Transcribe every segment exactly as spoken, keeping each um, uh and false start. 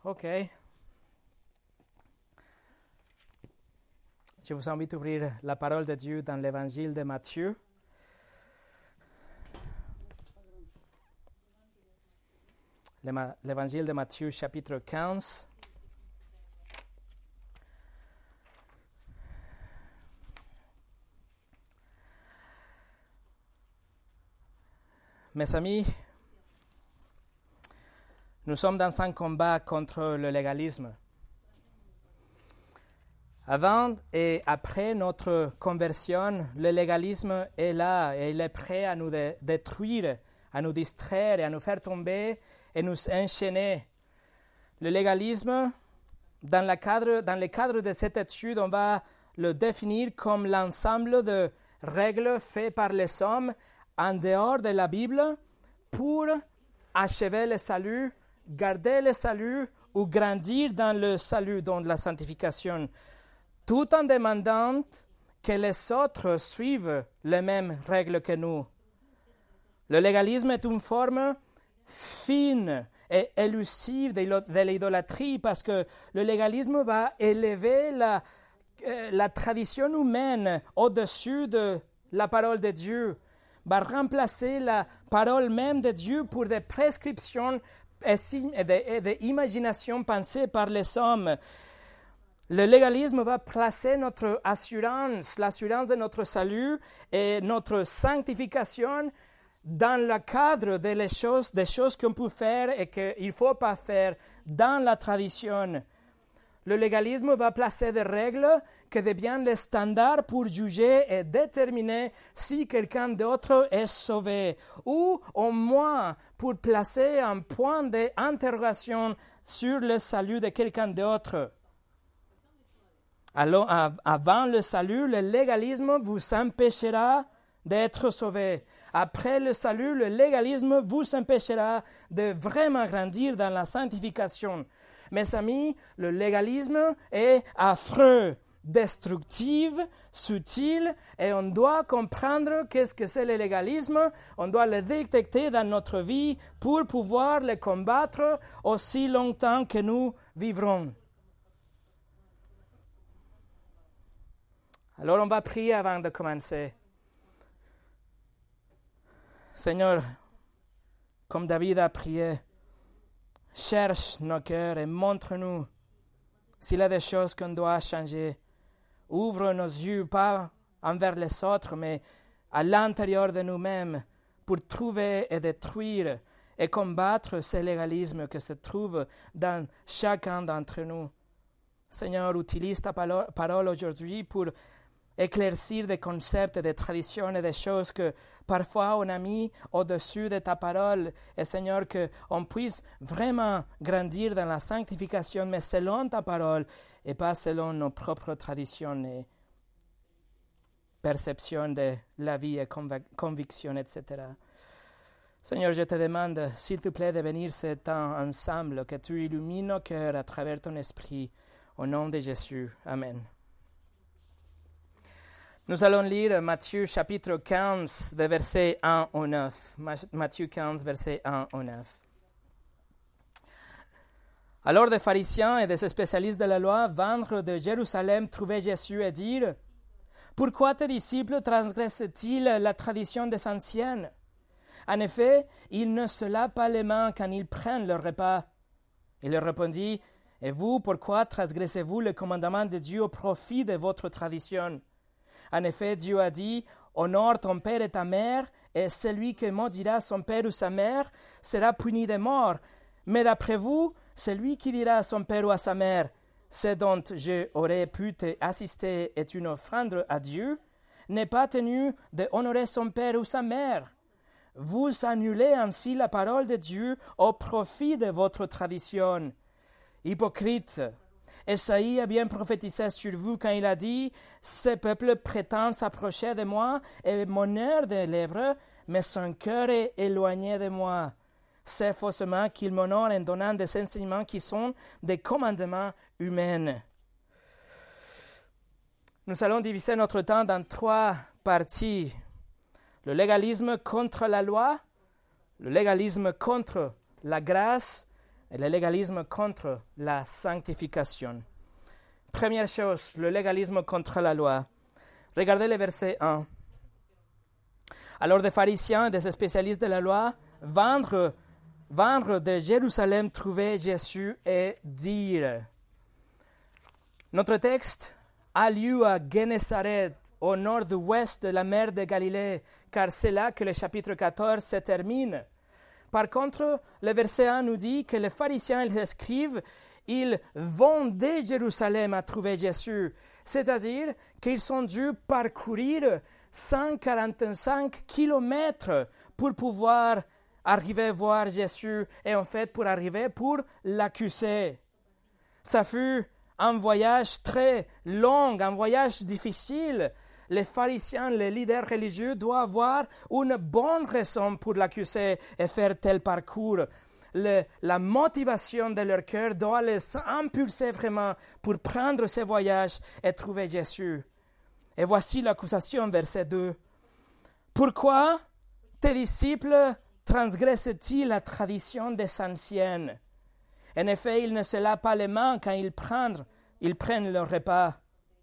OK. Je vous invite à ouvrir la parole de Dieu dans l'évangile de Matthieu. L'évangile de Matthieu, chapitre quinze. Mes amis, nous sommes dans un combat contre le légalisme. Avant et après notre conversion, le légalisme est là et il est prêt à nous dé- détruire, à nous distraire et à nous faire tomber et nous enchaîner. Le légalisme, dans le cadre, dans le cadre de cette étude, on va le définir comme l'ensemble de règles faites par les hommes en dehors de la Bible pour achever le salut, garder le salut ou grandir dans le salut, dans la sanctification, tout en demandant que les autres suivent les mêmes règles que nous. Le légalisme est une forme fine et élusive de l'idolâtrie parce que le légalisme va élever la, euh, la tradition humaine au-dessus de la parole de Dieu, va remplacer la parole même de Dieu pour des prescriptions et des imaginations pensées par les hommes. Le légalisme va placer notre assurance, l'assurance de notre salut et notre sanctification dans le cadre de les choses, des choses qu'on peut faire et qu'il ne faut pas faire dans la tradition. Le légalisme va placer des règles qui deviennent les standards pour juger et déterminer si quelqu'un d'autre est sauvé, ou au moins pour placer un point d'interrogation sur le salut de quelqu'un d'autre. Alors, avant le salut, le légalisme vous empêchera d'être sauvé. Après le salut, le légalisme vous empêchera de vraiment grandir dans la sanctification. Mes amis, le légalisme est affreux, destructif, subtil, et on doit comprendre qu'est-ce que c'est le légalisme. On doit le détecter dans notre vie pour pouvoir le combattre aussi longtemps que nous vivrons. Alors, on va prier avant de commencer. Seigneur, comme David a prié, cherche nos cœurs et montre-nous s'il y a des choses qu'on doit changer. Ouvre nos yeux, pas envers les autres, mais à l'intérieur de nous-mêmes, pour trouver et détruire et combattre ce légalisme qui se trouve dans chacun d'entre nous. Seigneur, utilise ta parole aujourd'hui pour éclaircir des concepts, des traditions et des choses que parfois on a mis au-dessus de ta parole. Et Seigneur, qu'on puisse vraiment grandir dans la sanctification, mais selon ta parole et pas selon nos propres traditions et perceptions de la vie et convic- convictions, et cetera. Seigneur, je te demande, s'il te plaît, de venir ce temps ensemble, que tu illumines nos cœurs à travers ton esprit. Au nom de Jésus. Amen. Nous allons lire Matthieu chapitre quinze, de versets un au neuf. Matthieu quinze, versets un au neuf. Alors des pharisiens et des spécialistes de la loi vinrent de Jérusalem trouver Jésus et dire « Pourquoi tes disciples transgressent-ils la tradition des anciens? En effet, ils ne se lavent pas les mains quand ils prennent leur repas. » Il leur répondit « Et vous, pourquoi transgressez-vous le commandement de Dieu au profit de votre tradition? En effet, Dieu a dit, « Honore ton père et ta mère, et celui qui maudira son père ou sa mère sera puni de mort. Mais d'après vous, celui qui dira à son père ou à sa mère, « Ce dont je aurais pu t'assister est une offrande à Dieu », n'est pas tenu d'honorer son père ou sa mère. Vous annulez ainsi la parole de Dieu au profit de votre tradition. Hypocrite! Esaïe a bien prophétisé sur vous quand il a dit « Ce peuple prétend s'approcher de moi et m'honneur des lèvres, mais son cœur est éloigné de moi. C'est faussement qu'il m'honore en donnant des enseignements qui sont des commandements humains. » Nous allons diviser notre temps dans trois parties. Le légalisme contre la loi, le légalisme contre la grâce et le légalisme contre la sanctification. Première chose, le légalisme contre la loi. Regardez le verset un. Alors des pharisiens et des spécialistes de la loi vinrent, vinrent de Jérusalem trouver Jésus et dire. Notre texte a lieu à Gennesaret, au nord-ouest de la mer de Galilée, car c'est là que le chapitre quatorze se termine. Par contre, le verset un nous dit que les pharisiens et les scribes, ils vont de Jérusalem à trouver Jésus, c'est-à-dire qu'ils ont dû parcourir cent quarante-cinq kilomètres pour pouvoir arriver voir Jésus et en fait pour arriver pour l'accuser. Ça fut un voyage très long, un voyage difficile. Les pharisiens, les leaders religieux doivent avoir une bonne raison pour l'accuser et faire tel parcours. Le, la motivation de leur cœur doit les impulser vraiment pour prendre ce voyage et trouver Jésus. Et voici l'accusation, verset deux. Pourquoi tes disciples transgressent-ils la tradition des anciens? En effet, ils ne se lavent pas les mains quand ils prennent, ils prennent leur repas.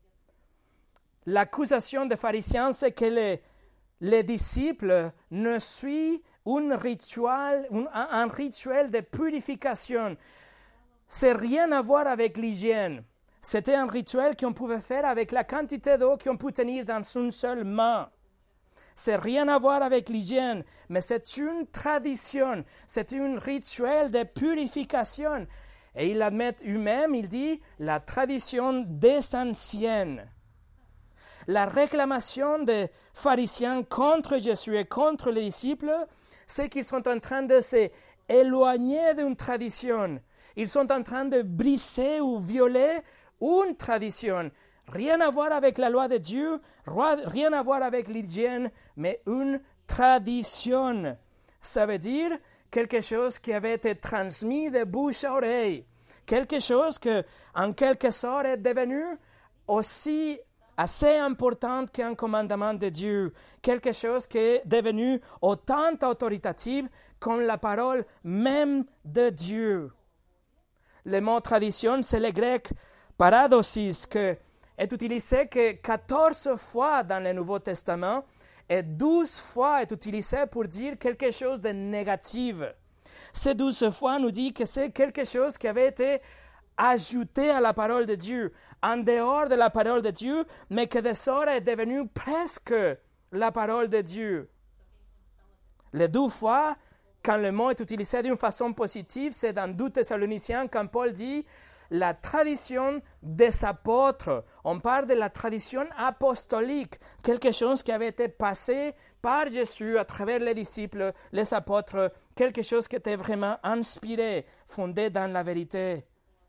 L'accusation des pharisiens, c'est que les, les disciples ne suivent un rituel, un, un rituel de purification. C'est rien à voir avec l'hygiène. C'était un rituel qu'on pouvait faire avec la quantité d'eau qu'on peut tenir dans une seule main. C'est rien à voir avec l'hygiène, mais c'est une tradition, c'est un rituel de purification. Et il admet eux-mêmes, il dit, la tradition des anciens. La réclamation des pharisiens contre Jésus et contre les disciples, c'est qu'ils sont en train de s'éloigner d'une tradition. Ils sont en train de briser ou violer une tradition. Rien à voir avec la loi de Dieu, rien à voir avec l'hygiène, mais une tradition. Ça veut dire quelque chose qui avait été transmis de bouche à oreille. Quelque chose que, en quelque sorte, est devenu aussi assez important qu'un commandement de Dieu. Quelque chose qui est devenu autant autoritatif comme la parole même de Dieu. Le mot tradition, c'est le grec paradosis, que est utilisé que quatorze fois dans le Nouveau Testament et douze fois est utilisé pour dire quelque chose de négatif. Ces douze fois nous dit que c'est quelque chose qui avait été ajouté à la parole de Dieu, en dehors de la parole de Dieu, mais que de sorte est devenu presque la parole de Dieu. Les deux fois, quand le mot est utilisé d'une façon positive, c'est dans deux Thessaloniciens, quand Paul dit la tradition des apôtres. On parle de la tradition apostolique, quelque chose qui avait été passé par Jésus à travers les disciples, les apôtres, quelque chose qui était vraiment inspiré, fondé dans la vérité.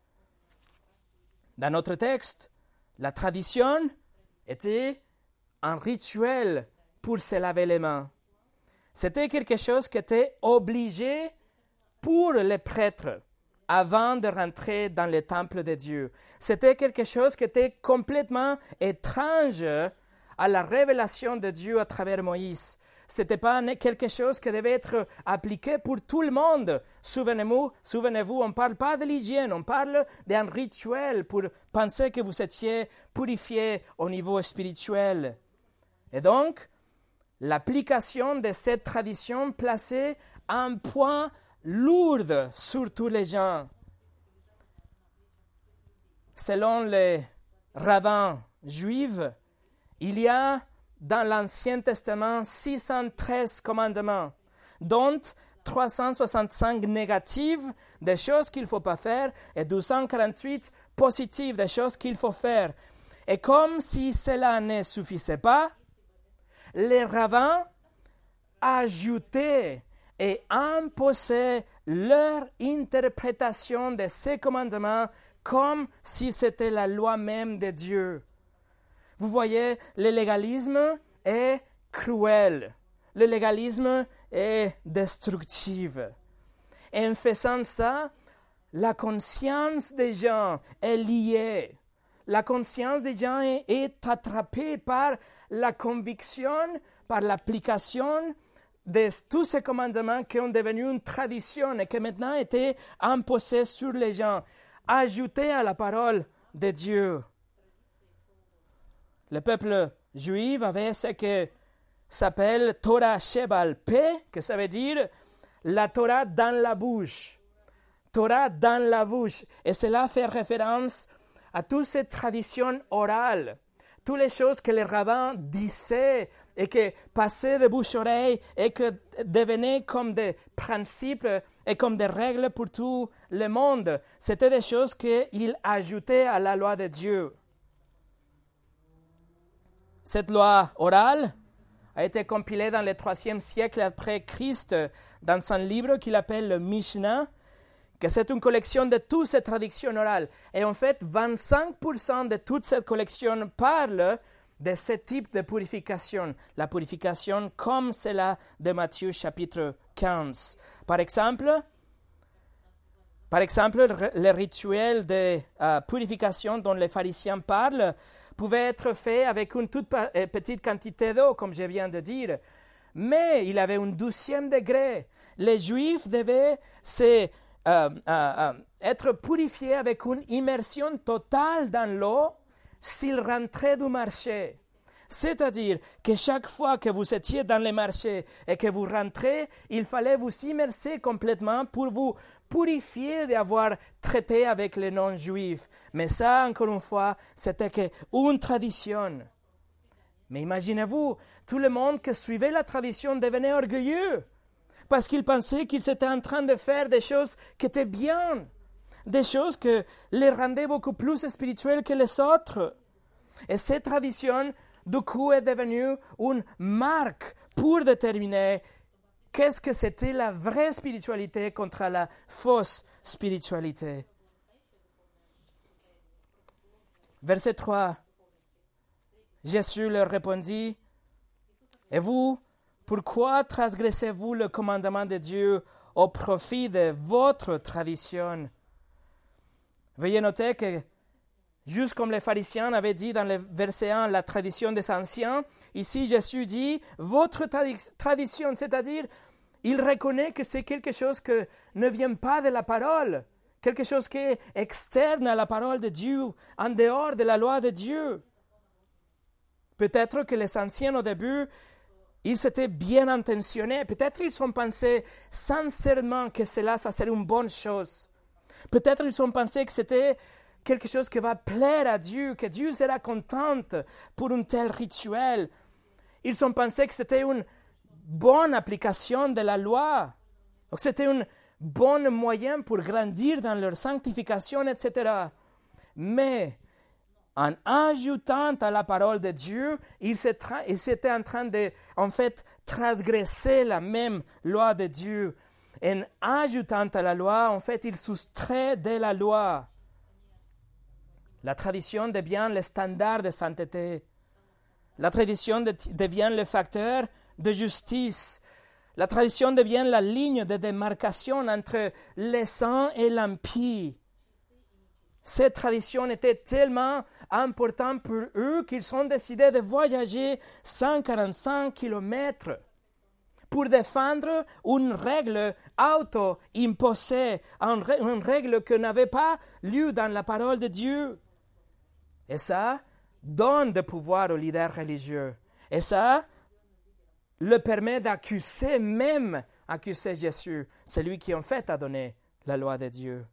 Dans notre texte, la tradition était un rituel pour se laver les mains. C'était quelque chose qui était obligé pour les prêtres avant de rentrer dans le temple de Dieu. C'était quelque chose qui était complètement étrange à la révélation de Dieu à travers Moïse. Ce n'était pas quelque chose qui devait être appliqué pour tout le monde. Souvenez-vous, souvenez-vous, on ne parle pas de l'hygiène, on parle d'un rituel pour penser que vous étiez purifié au niveau spirituel. Et donc, l'application de cette tradition plaçait un point lourd sur tous les gens. Selon les rabbins juifs, il y a dans l'Ancien Testament six cent treize commandements, dont trois cent soixante-cinq négatifs, des choses qu'il ne faut pas faire, et deux cent quarante-huit positifs, des choses qu'il faut faire. Et comme si cela ne suffisait pas, les rabbins ajoutaient et imposaient leur interprétation de ces commandements comme si c'était la loi même de Dieu. Vous voyez, le légalisme est cruel. Le légalisme est destructif. Et en faisant ça, la conscience des gens est liée. La conscience des gens est, est attrapée par la conviction, par l'application de tous ces commandements qui ont devenu une tradition et qui maintenant étaient imposés sur les gens, ajoutés à la parole de Dieu. Le peuple juif avait ce que s'appelle Torah Shebal Peh, que ça veut dire la Torah dans la bouche. Torah dans la bouche. Et cela fait référence à toutes ces traditions orales, toutes les choses que les rabbins disaient et qui passaient de bouche-oreille et qui devenaient comme des principes et comme des règles pour tout le monde. C'était des choses qu'ils ajoutaient à la loi de Dieu. Cette loi orale a été compilée dans le troisième siècle après Christ dans un livre qu'il appelle le Mishnah, que c'est une collection de toutes ces traditions orales. Et en fait, vingt-cinq pour cent de toute cette collection parle de ce type de purification. La purification comme celle de Matthieu chapitre quinze. Par exemple, par exemple le rituel de uh, purification dont les pharisiens parlent pouvait être fait avec une toute petite quantité d'eau, comme je viens de dire. Mais il avait un douzième degré. Les Juifs devaient se, euh, euh, euh, être purifiés avec une immersion totale dans l'eau s'ils rentraient du marché. C'est-à-dire que chaque fois que vous étiez dans le marché et que vous rentrez, il fallait vous immerser complètement pour vous purifier d'avoir traité avec les non-juifs. Mais ça, encore une fois, c'était qu'une tradition. Mais imaginez-vous, tout le monde qui suivait la tradition devenait orgueilleux parce qu'il pensait qu'ils étaient en train de faire des choses qui étaient bien, des choses qui les rendaient beaucoup plus spirituels que les autres. Et cette tradition, du coup, est devenue une marque pour déterminer qu'est-ce que c'était la vraie spiritualité contre la fausse spiritualité. Verset trois. Jésus leur répondit, « Et vous, pourquoi transgressez-vous le commandement de Dieu au profit de votre tradition ?» Veuillez noter que, juste comme les pharisiens avaient dit dans le verset un, la tradition des anciens, ici Jésus dit, « Votre tradi- tradition », c'est-à-dire, il reconnaît que c'est quelque chose qui ne vient pas de la parole, quelque chose qui est externe à la parole de Dieu, en dehors de la loi de Dieu. Peut-être que les anciens, au début, ils étaient bien intentionnés. Peut-être ils ont pensé sincèrement que cela, ça serait une bonne chose. Peut-être ils ont pensé que c'était quelque chose qui va plaire à Dieu, que Dieu sera content pour un tel rituel. Ils ont pensé que c'était une bonne application de la loi. Donc c'était un bon moyen pour grandir dans leur sanctification, et cetera. Mais en ajoutant à la parole de Dieu, ils étaient en train de, en fait, transgresser la même loi de Dieu. En ajoutant à la loi, en fait, ils soustraient de la loi. La tradition devient le standard de sainteté. La tradition de, devient le facteur de justice. La tradition devient la ligne de démarcation entre les saints et l'impie. Cette tradition était tellement importante pour eux qu'ils ont décidé de voyager cent quarante-cinq kilomètres pour défendre une règle auto-imposée, une règle que n'avait pas lieu dans la parole de Dieu. Et ça donne de pouvoir aux leaders religieux. Et ça le permet d'accuser, même accuser Jésus, celui qui en fait a donné la loi de Dieu.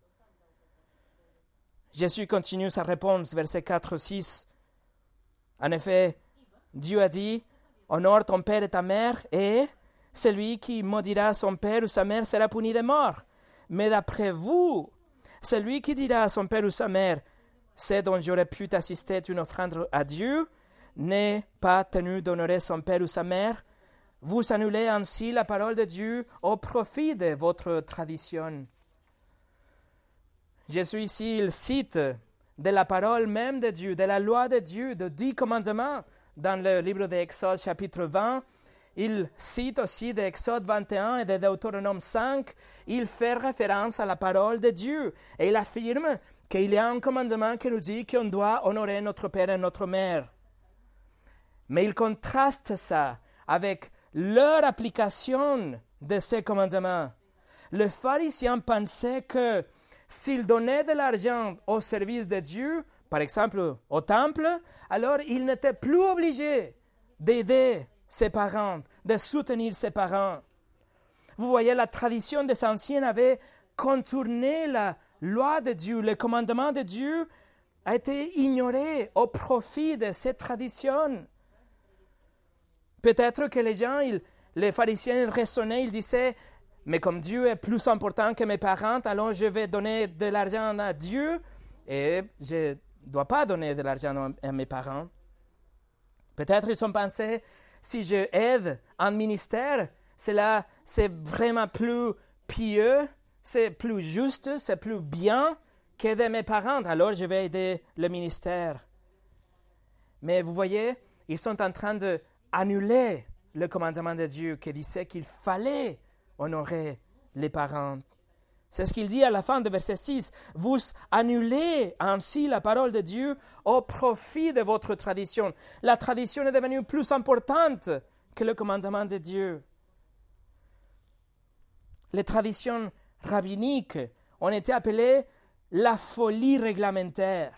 Jésus continue sa réponse, versets quatre à six. En effet, Dieu a dit, « Honore ton père et ta mère, et celui qui maudira son père ou sa mère sera puni de mort. Mais d'après vous, celui qui dira à son père ou sa mère, « C'est dont j'aurais pu t'assister une offrande à Dieu, n'est pas tenu d'honorer son père ou sa mère, vous annulez ainsi la parole de Dieu au profit de votre tradition. » Jésus ici, il cite de la parole même de Dieu, de la loi de Dieu, de dix commandements dans le livre d'Exode chapitre vingt. Il cite aussi d'Exode vingt et un et de Deutéronome cinq. Il fait référence à la parole de Dieu et il affirme qu'il y a un commandement qui nous dit qu'on doit honorer notre père et notre mère. Mais il contraste ça avec leur application de ces commandements. Les pharisiens pensaient que s'ils donnaient de l'argent au service de Dieu, par exemple au temple, alors ils n'étaient plus obligés d'aider ses parents, de soutenir ses parents. Vous voyez, la tradition des anciens avait contourné la loi de Dieu, le commandement de Dieu a été ignoré au profit de cette tradition. Peut-être que les gens, ils, les pharisiens raisonnaient, ils disaient, mais comme Dieu est plus important que mes parents, alors je vais donner de l'argent à Dieu et je ne dois pas donner de l'argent à mes parents. Peut-être ils ont pensé, si je aide un ministère, cela c'est vraiment plus pieux, c'est plus juste, c'est plus bien qu'aider mes parents, alors je vais aider le ministère. Mais vous voyez, ils sont en train d'annuler le commandement de Dieu qui disait qu'il fallait honorer les parents. C'est ce qu'il dit à la fin de verset six. Vous annulez ainsi la parole de Dieu au profit de votre tradition. La tradition est devenue plus importante que le commandement de Dieu. Les traditions rabbiniques ont été appelées la folie réglementaire.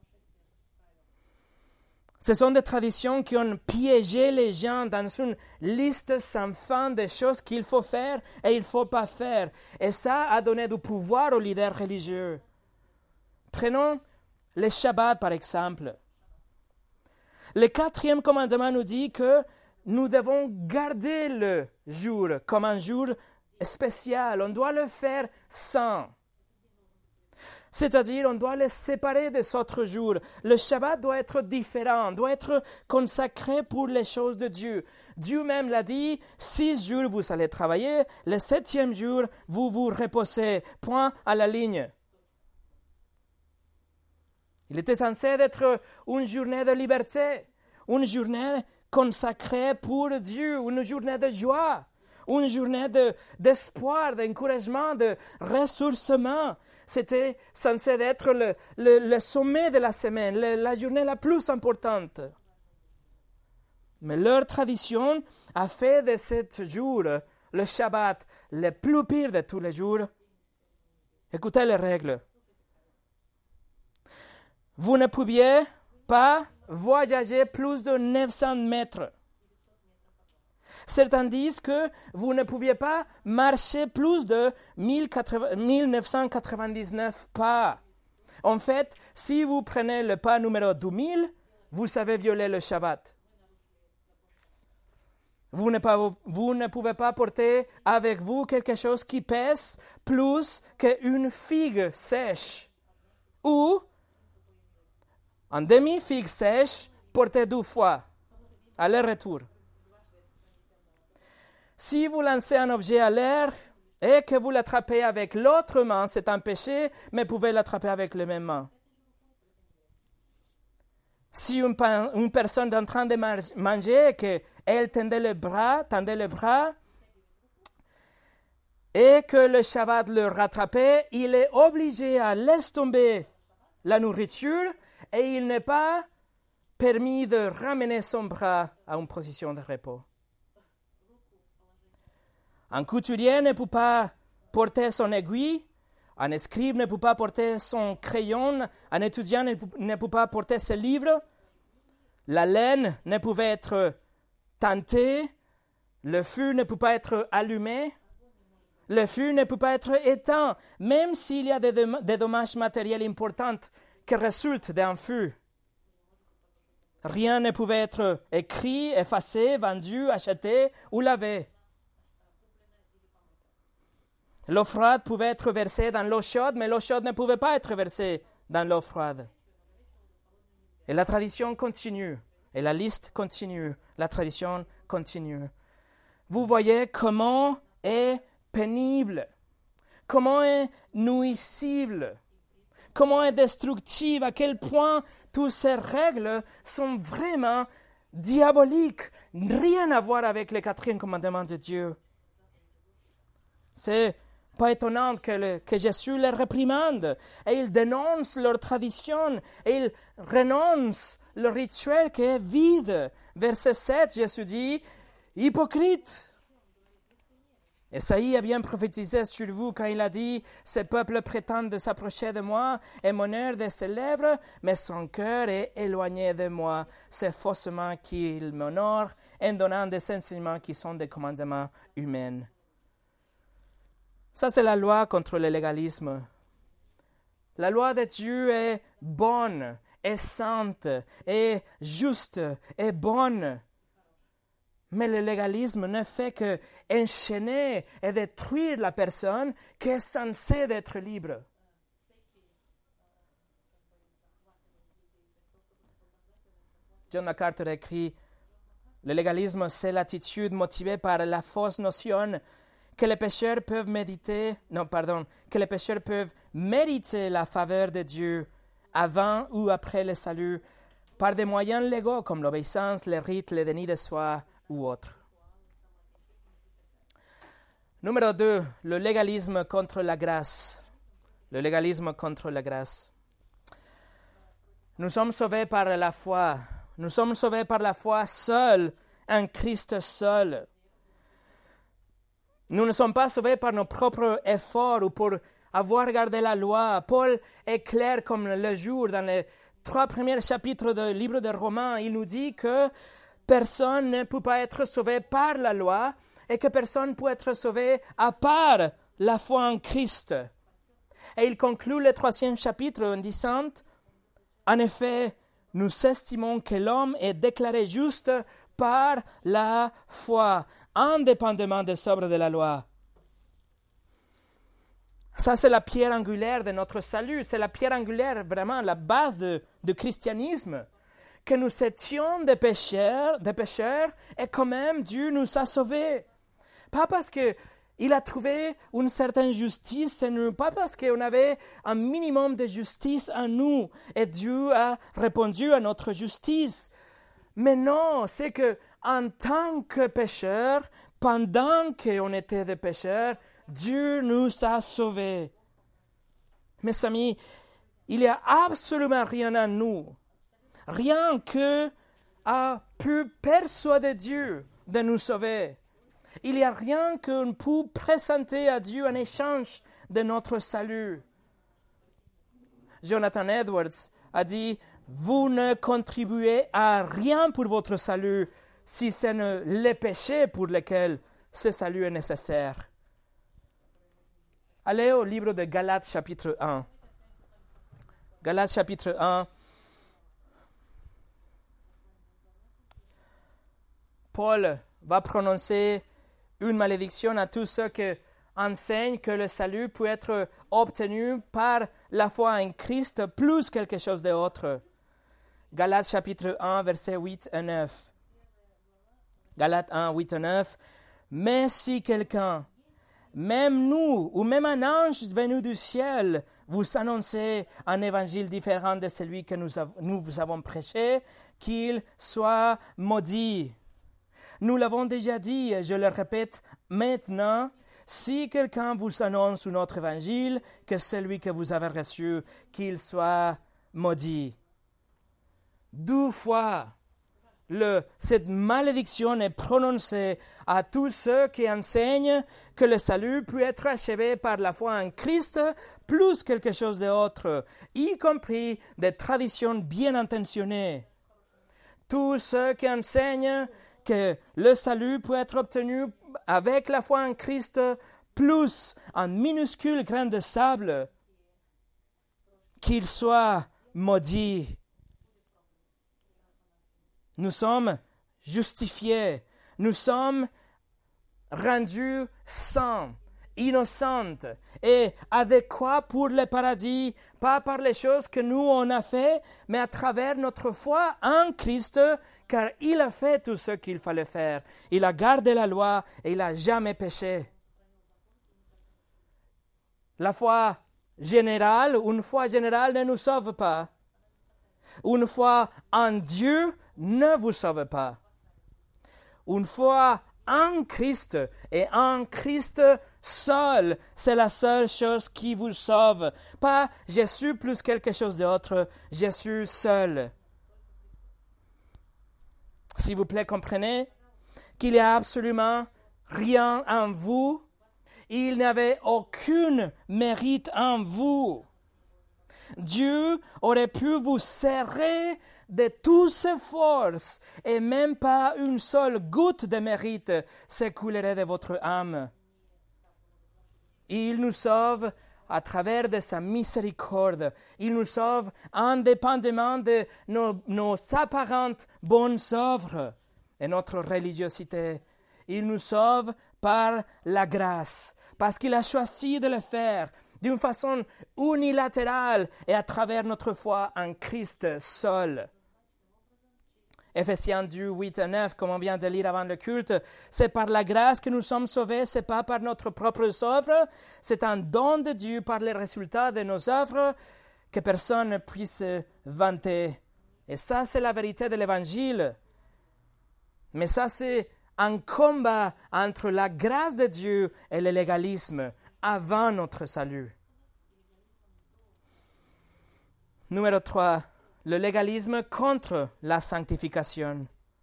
Ce sont des traditions qui ont piégé les gens dans une liste sans fin de choses qu'il faut faire et il ne faut pas faire. Et ça a donné du pouvoir aux leaders religieux. Prenons le Shabbat par exemple. Le quatrième commandement nous dit que nous devons garder le jour comme un jour spécial. On doit le faire saint. C'est-à-dire, on doit les séparer des autres jours. Le Shabbat doit être différent, doit être consacré pour les choses de Dieu. Dieu même l'a dit, six jours vous allez travailler, le septième jour vous vous reposez. Point à la ligne. Il était censé être une journée de liberté, une journée consacrée pour Dieu, une journée de joie, une journée de, d'espoir, d'encouragement, de ressourcement. C'était censé être le, le, le sommet de la semaine, le, la journée la plus importante. Mais leur tradition a fait de ce jour, le Shabbat, le plus pire de tous les jours. Écoutez les règles. Vous ne pouviez pas voyager plus de neuf cents mètres. Certains disent que vous ne pouviez pas marcher plus de mille neuf cent quatre-vingt-dix-neuf pas. En fait, si vous prenez le pas numéro douze mille, vous avez violé le Shabbat. Vous ne, pas, vous ne pouvez pas porter avec vous quelque chose qui pèse plus qu'une figue sèche. Ou, un demi-figue sèche portée deux fois, aller-retour. Si vous lancez un objet à l'air et que vous l'attrapez avec l'autre main, c'est un péché, mais vous pouvez l'attraper avec les mêmes mains. Si une, une personne est en train de manger et qu'elle tendait le bras, tendait le bras, et que le Shabbat le rattrapait, il est obligé à laisser tomber la nourriture et il n'est pas permis de ramener son bras à une position de repos. Un couturier ne peut pas porter son aiguille, un scribe ne peut pas porter son crayon, un étudiant ne peut, ne peut pas porter ses livres, la laine ne pouvait être tentée, le feu ne peut pas être allumé, le feu ne peut pas être éteint, même s'il y a des, des dommages matériels importants qui résultent d'un feu. Rien ne pouvait être écrit, effacé, vendu, acheté ou lavé. L'eau froide pouvait être versée dans l'eau chaude, mais l'eau chaude ne pouvait pas être versée dans l'eau froide. Et la tradition continue, et la liste continue, la tradition continue. Vous voyez comment est pénible, comment est nuisible, comment est destructive, à quel point toutes ces règles sont vraiment diaboliques, rien à voir avec le quatrième commandement de Dieu. C'est pas étonnant que, le, que Jésus les réprimande et il dénonce leur tradition et il renonce le rituel qui est vide. Verset sept, Jésus dit, hypocrite. Esaïe a bien prophétisé sur vous quand il a dit « Ce peuple prétend de s'approcher de moi et m'honneur de ses lèvres, mais son cœur est éloigné de moi. C'est faussement qu'il m'honore en donnant des enseignements qui sont des commandements humains. » Ça, c'est la loi contre le légalisme. La loi de Dieu est bonne, est sainte, est juste, est bonne. Mais le légalisme ne fait que enchaîner et détruire la personne qui est censée être libre. John MacArthur écrit « Le légalisme, c'est l'attitude motivée par la fausse notion que les pécheurs peuvent méditer, non, pardon, que les pécheurs peuvent mériter la faveur de Dieu avant ou après le salut par des moyens légaux comme l'obéissance, les rites, le déni de soi ou autres. » Numéro deux, le légalisme contre la grâce. Le légalisme contre la grâce. Nous sommes sauvés par la foi. Nous sommes sauvés par la foi seule, en Christ seul. Nous ne sommes pas sauvés par nos propres efforts ou pour avoir gardé la loi. Paul est clair comme le jour dans les trois premiers chapitres du livre de Romains. Il nous dit que personne ne peut pas être sauvé par la loi et que personne ne peut être sauvé à part la foi en Christ. Et il conclut le troisième chapitre en disant « En effet, nous estimons que l'homme est déclaré juste par la foi, indépendamment des œuvres de la loi. » Ça, c'est la pierre angulaire de notre salut. C'est la pierre angulaire, vraiment, la base de, du christianisme. Que nous étions des pécheurs, des pécheurs, et quand même Dieu nous a sauvés. Pas parce qu'il a trouvé une certaine justice en nous, pas parce qu'on avait un minimum de justice en nous, et Dieu a répondu à notre justice. Mais non, c'est que en tant que pécheurs, pendant qu'on était des pécheurs, Dieu nous a sauvés. Mes amis, il n'y a absolument rien en nous. Rien que a pu persuader Dieu de nous sauver. Il n'y a rien qu'on peut présenter à Dieu en échange de notre salut. Jonathan Edwards a dit « Vous ne contribuez à rien pour votre salut si ce n'est le péché pour lequel ce salut est nécessaire. » Allez au livre de Galates chapitre un. Galates chapitre un. Paul va prononcer une malédiction à tous ceux qui enseignent que le salut peut être obtenu par la foi en Christ plus quelque chose d'autre. Galates chapitre un, versets huit et neuf. Galates un, huit et neuf. Mais si quelqu'un, même nous, ou même un ange venu du ciel, vous annonçait un évangile différent de celui que nous, av- nous vous avons prêché, qu'il soit maudit. Nous l'avons déjà dit, et je le répète maintenant, si quelqu'un vous annonce un autre évangile que celui que vous avez reçu, qu'il soit maudit. Deux fois, le, cette malédiction est prononcée à tous ceux qui enseignent que le salut peut être achevé par la foi en Christ plus quelque chose d'autre, y compris des traditions bien intentionnées. Tous ceux qui enseignent que le salut peut être obtenu avec la foi en Christ plus un minuscule grain de sable, qu'il soit maudit. Nous sommes justifiés, nous sommes rendus saints, innocents et adéquats pour le paradis, pas par les choses que nous on a fait, mais à travers notre foi en Christ, car il a fait tout ce qu'il fallait faire. Il a gardé la loi et il n'a jamais péché. La foi générale, une foi générale ne nous sauve pas. Une foi en Dieu ne vous sauve pas. Une foi en Christ et en Christ seul, c'est la seule chose qui vous sauve. Pas Jésus plus quelque chose d'autre, Jésus seul. S'il vous plaît, comprenez qu'il n'y a absolument rien en vous. Il n'y avait aucun mérite en vous. Dieu aurait pu vous serrer de toutes ses forces et même pas une seule goutte de mérite s'écoulerait de votre âme. Il nous sauve à travers de sa miséricorde. Il nous sauve indépendamment de nos, nos apparentes bonnes œuvres et notre religiosité. Il nous sauve par la grâce, parce qu'il a choisi de le faire d'une façon unilatérale et à travers notre foi en Christ seul. Éphésiens deux, huit et neuf, comme on vient de lire avant le culte, c'est par la grâce que nous sommes sauvés, c'est pas par notre propre œuvre, c'est un don de Dieu par les résultats de nos œuvres que personne ne puisse vanter. Et ça, c'est la vérité de l'Évangile. Mais ça, c'est un combat entre la grâce de Dieu et le légalisme avant notre salut. Numéro trois. Le légalisme contre la sanctification.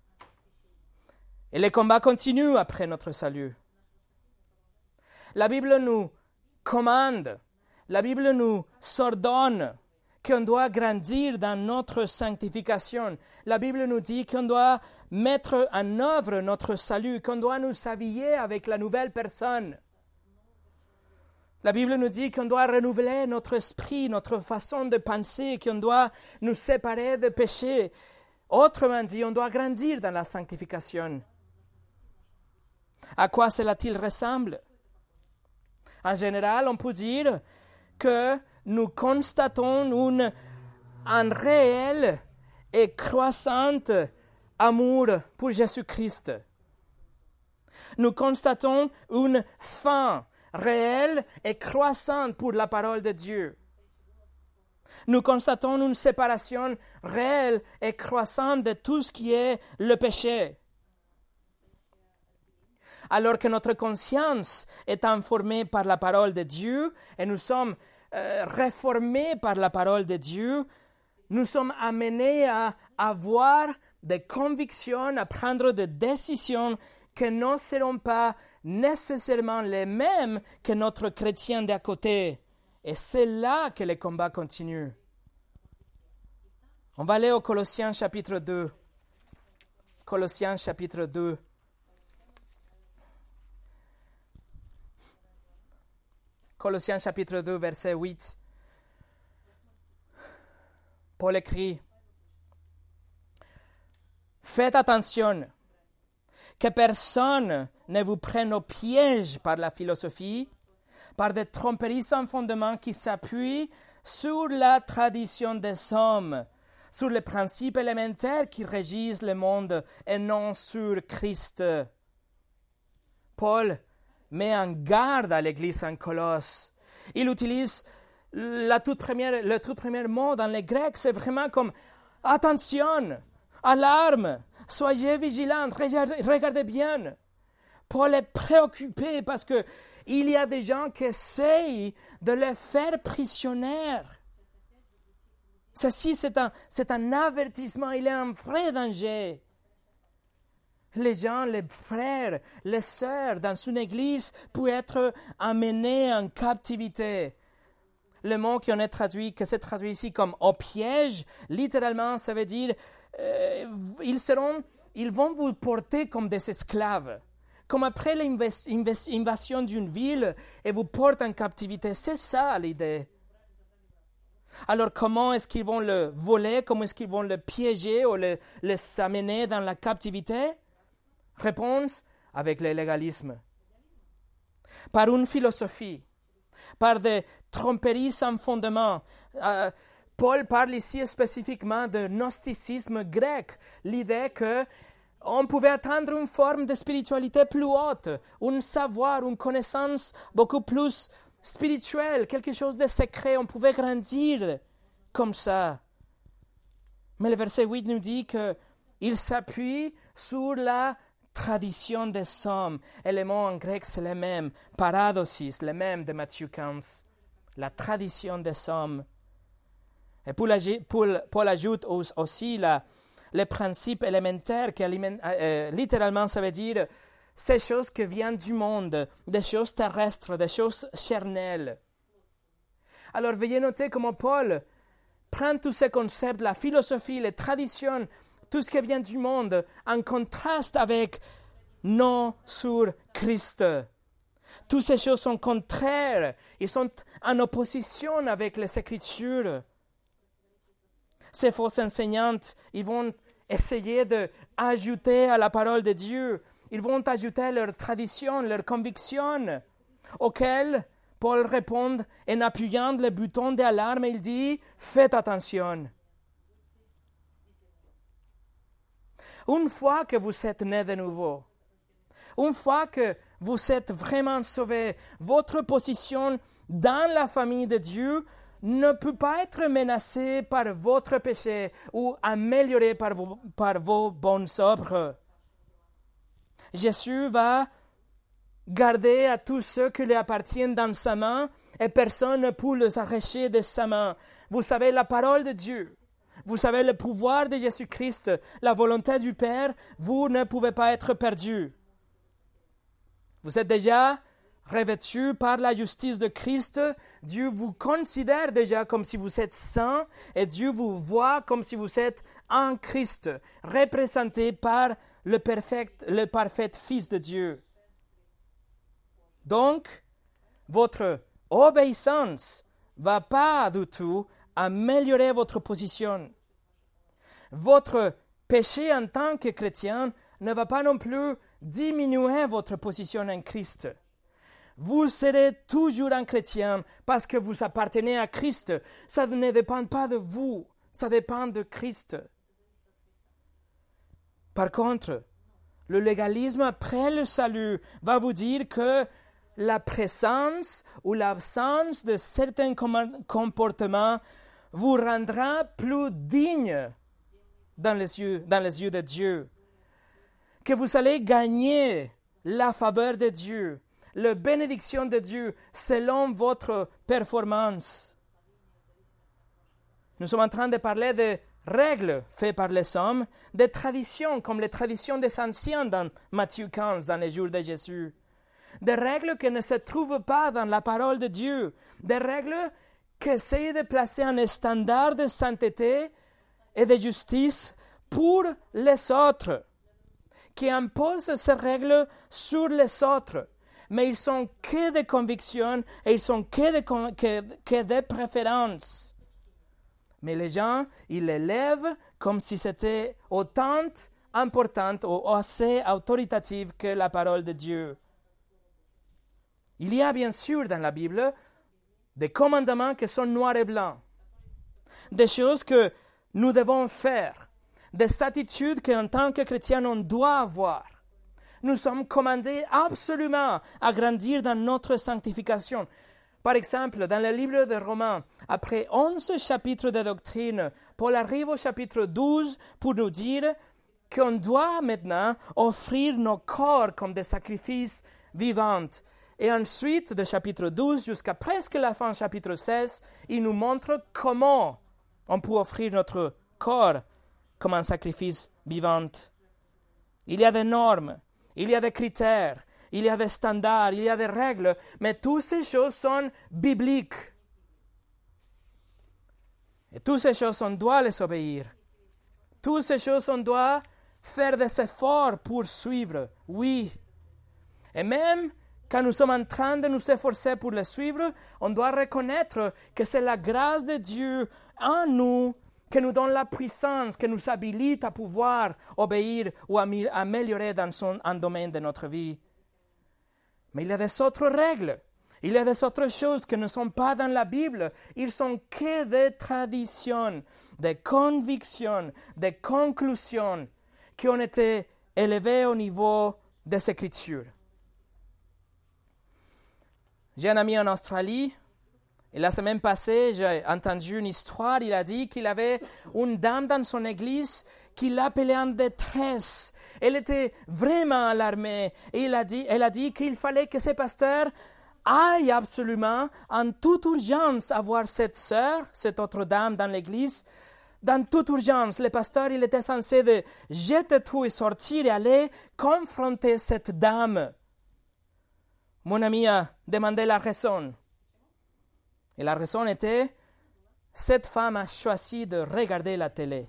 Et le combat continue après notre salut. La Bible nous commande, la Bible nous ordonne qu'on doit grandir dans notre sanctification. La Bible nous dit qu'on doit mettre en œuvre notre salut, qu'on doit nous habiller avec la nouvelle personne. La Bible nous dit qu'on doit renouveler notre esprit, notre façon de penser, qu'on doit nous séparer de péché. Autrement dit, on doit grandir dans la sanctification. À quoi cela-t-il ressemble? En général, on peut dire que nous constatons une, un réel et croissant amour pour Jésus-Christ. Nous constatons une faim réelle et croissante pour la parole de Dieu. Nous constatons une séparation réelle et croissante de tout ce qui est le péché. Alors que notre conscience est informée par la parole de Dieu et nous sommes euh, réformés par la parole de Dieu, nous sommes amenés à avoir des convictions, à prendre des décisions que ne seront pas nécessairement les mêmes que notre chrétien d'à côté. Et c'est là que le combat continue. On va aller au Colossiens chapitre deux. Colossiens chapitre deux. Colossiens chapitre deux, verset huit. Paul écrit: Faites attention que personne ne vous prenne au piège par la philosophie, par des tromperies sans fondement qui s'appuient sur la tradition des hommes, sur les principes élémentaires qui régissent le monde et non sur Christ. Paul met en garde à l'Église en Colosse. Il utilise la toute première, le tout premier mot dans le grec, c'est vraiment comme « attention, alarme, soyez vigilants, regardez, regardez bien ». Paul est préoccupé parce que il y a des gens qui essayent de le faire prisonnier. Ceci, c'est un, c'est un avertissement, il est un vrai danger. Les gens, les frères, les sœurs dans une église peuvent être amenés en captivité. Le mot qui en est traduit, que c'est traduit ici comme au piège, littéralement, ça veut dire euh, ils seront, ils vont vous porter comme des esclaves. Comme après l'invasion d'une ville et vous portent en captivité. C'est ça l'idée. Alors comment est-ce qu'ils vont le voler? Comment est-ce qu'ils vont le piéger ou le, le amener dans la captivité? Réponse, avec le légalisme. Par une philosophie, par des tromperies sans fondement. Euh, Paul parle ici spécifiquement de gnosticisme grec, l'idée que on pouvait atteindre une forme de spiritualité plus haute, un savoir, une connaissance beaucoup plus spirituelle, quelque chose de secret, on pouvait grandir comme ça. Mais le verset huit nous dit qu'il s'appuie sur la tradition des hommes. Et le mot en grec, c'est le même, paradosis, le même de Matthieu quinze. La tradition des hommes. Et Paul, Paul, Paul ajoute aussi la, les principes élémentaires, qui euh, littéralement ça veut dire ces choses qui viennent du monde, des choses terrestres, des choses charnelles. Alors veuillez noter comment Paul prend tous ces concepts, la philosophie, les traditions, tout ce qui vient du monde, en contraste avec non sur Christ. Toutes ces choses sont contraires, ils sont en opposition avec les Écritures. Ces fausses enseignantes, ils vont essayer d'ajouter à la parole de Dieu, ils vont ajouter leurs traditions, leurs convictions, auxquelles Paul répond en appuyant le bouton d'alarme, il dit « Faites attention ». Une fois que vous êtes né de nouveau, une fois que vous êtes vraiment sauvé, votre position dans la famille de Dieu ne peut pas être menacée par votre péché ou améliorée par vos, par vos bonnes œuvres. Jésus va garder à tous ceux qui lui appartiennent dans sa main et personne ne peut les arracher de sa main. Vous savez la parole de Dieu. Vous savez le pouvoir de Jésus-Christ, la volonté du Père, vous ne pouvez pas être perdus. Vous êtes déjà revêtus par la justice de Christ. Dieu vous considère déjà comme si vous êtes saints et Dieu vous voit comme si vous êtes en Christ, représenté par le parfait, le parfait Fils de Dieu. Donc, votre obéissance ne va pas du tout améliorer votre position. Votre péché en tant que chrétien ne va pas non plus diminuer votre position en Christ. Vous serez toujours un chrétien parce que vous appartenez à Christ. Ça ne dépend pas de vous, ça dépend de Christ. Par contre, le légalisme après le salut va vous dire que la présence ou l'absence de certains comportements vous rendra plus digne dans les yeux, dans les yeux de Dieu. Que vous allez gagner la faveur de Dieu, la bénédiction de Dieu selon votre performance. Nous sommes en train de parler de règles faites par les hommes, des traditions comme les traditions des anciens dans Matthieu quinze, dans les jours de Jésus. Des règles qui ne se trouvent pas dans la parole de Dieu. Des règles qui essayent de placer un standard de sainteté et de justice pour les autres, qui imposent ces règles sur les autres. Mais ils sont que des convictions et ils sont que des, que, que des préférences. Mais les gens, ils les lèvent comme si c'était autant important ou assez autoritatif que la parole de Dieu. Il y a bien sûr dans la Bible des commandements qui sont noirs et blancs, des choses que nous devons faire, des attitudes qu'en tant que chrétien on doit avoir. Nous sommes commandés absolument à grandir dans notre sanctification. Par exemple, dans le livre de Romains, après onze chapitres de doctrine, Paul arrive au chapitre douze pour nous dire qu'on doit maintenant offrir nos corps comme des sacrifices vivants. Et ensuite, de chapitre douze jusqu'à presque la fin du chapitre seize, il nous montre comment on peut offrir notre corps comme un sacrifice vivant. Il y a des normes, il y a des critères, il y a des standards, il y a des règles, mais toutes ces choses sont bibliques. Et toutes ces choses, on doit les obéir. Toutes ces choses, on doit faire des efforts pour suivre, oui. Et même quand nous sommes en train de nous efforcer pour les suivre, on doit reconnaître que c'est la grâce de Dieu en nous qui nous donne la puissance, qui nous habilite à pouvoir obéir ou améliorer dans son, un domaine de notre vie. Mais il y a des autres règles, il y a des autres choses qui ne sont pas dans la Bible. Ils sont que des traditions, des convictions, des conclusions qui ont été élevées au niveau des Écritures. J'ai un ami en Australie, et la semaine passée, j'ai entendu une histoire. Il a dit qu'il avait une dame dans son église qui l'appelait en détresse. Elle était vraiment alarmée. Et il a dit, elle a dit qu'il fallait que ses pasteurs aillent absolument, en toute urgence, à voir cette sœur, cette autre dame dans l'église, dans toute urgence, le pasteur il était censé de jeter tout et sortir et aller confronter cette dame. Mon ami a demandé la raison. Et la raison était, cette femme a choisi de regarder la télé.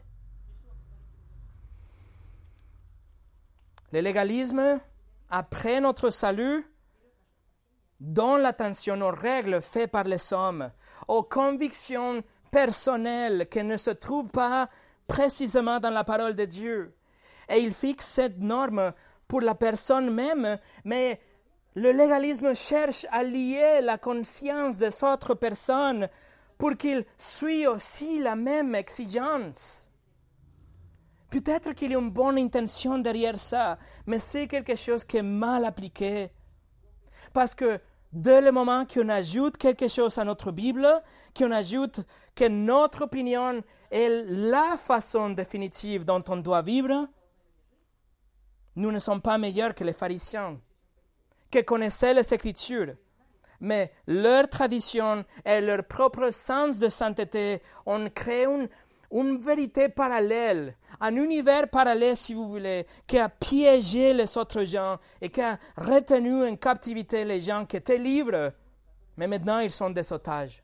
Le légalisme, après notre salut, donne l'attention aux règles faites par les hommes, aux convictions personnelles qui ne se trouvent pas précisément dans la parole de Dieu. Et il fixe cette norme pour la personne même, mais le légalisme cherche à lier la conscience des autres personnes pour qu'il suit aussi la même exigence. Peut-être qu'il y a une bonne intention derrière ça, mais c'est quelque chose qui est mal appliqué. Parce que dès le moment qu'on ajoute quelque chose à notre Bible, qu'on ajoute que notre opinion est la façon définitive dont on doit vivre, nous ne sommes pas meilleurs que les pharisiens, qui connaissaient les Écritures. Mais leur tradition et leur propre sens de sainteté ont créé une, une vérité parallèle, un univers parallèle, si vous voulez, qui a piégé les autres gens et qui a retenu en captivité les gens qui étaient libres, mais maintenant ils sont des otages.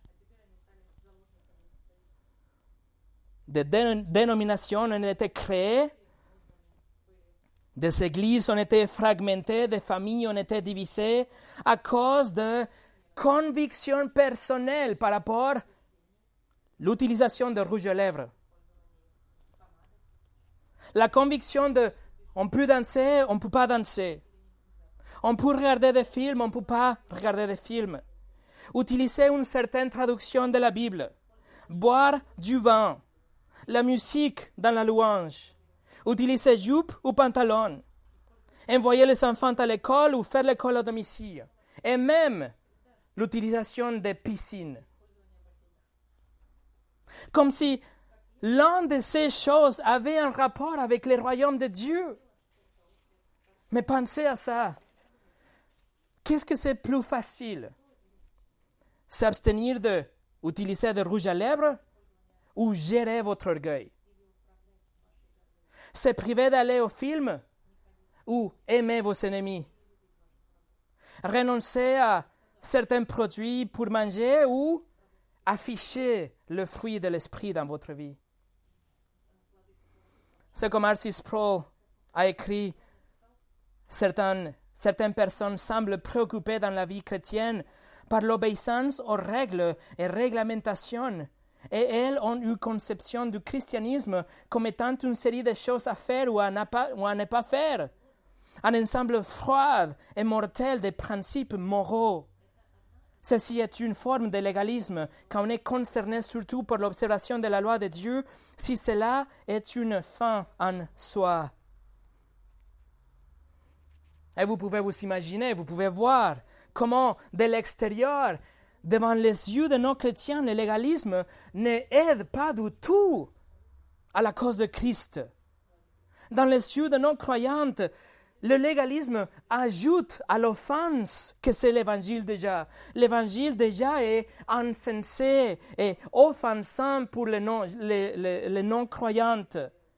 Des dé- dénominations ont été créées, des églises ont été fragmentées, des familles ont été divisées à cause de convictions personnelles par rapport à l'utilisation de rouge à lèvres. La conviction de on peut danser, on ne peut pas danser. On peut regarder des films, on ne peut pas regarder des films. Utiliser une certaine traduction de la Bible. Boire du vin. La musique dans la louange. Utiliser jupe ou pantalon. Envoyer les enfants à l'école ou faire l'école à domicile. Et même l'utilisation des piscines. Comme si l'une de ces choses avait un rapport avec le royaume de Dieu. Mais pensez à ça. Qu'est-ce que c'est plus facile? S'abstenir d'utiliser du rouge à lèvres ou gérer votre orgueil? Se priver d'aller au film ou aimer vos ennemis? Renoncer à certains produits pour manger ou afficher le fruit de l'esprit dans votre vie? C'est comme R C Sproul a écrit, certaines, certaines personnes semblent préoccupées dans la vie chrétienne par l'obéissance aux règles et réglementations, et elles ont eu conception du christianisme comme étant une série de choses à faire ou à ne pas, ou à ne pas faire, un ensemble froid et mortel de principes moraux. Ceci est une forme de légalisme quand on est concerné surtout par l'observation de la loi de Dieu, si cela est une fin en soi. Et vous pouvez vous imaginer, vous pouvez voir comment de l'extérieur, devant les yeux de nos chrétiens, le légalisme n'aide pas du tout à la cause de Christ. Dans les yeux de nos croyantes, le légalisme ajoute à l'offense que c'est l'évangile déjà. L'évangile déjà est insensé et offensant pour les non, les, les, les non-croyantes.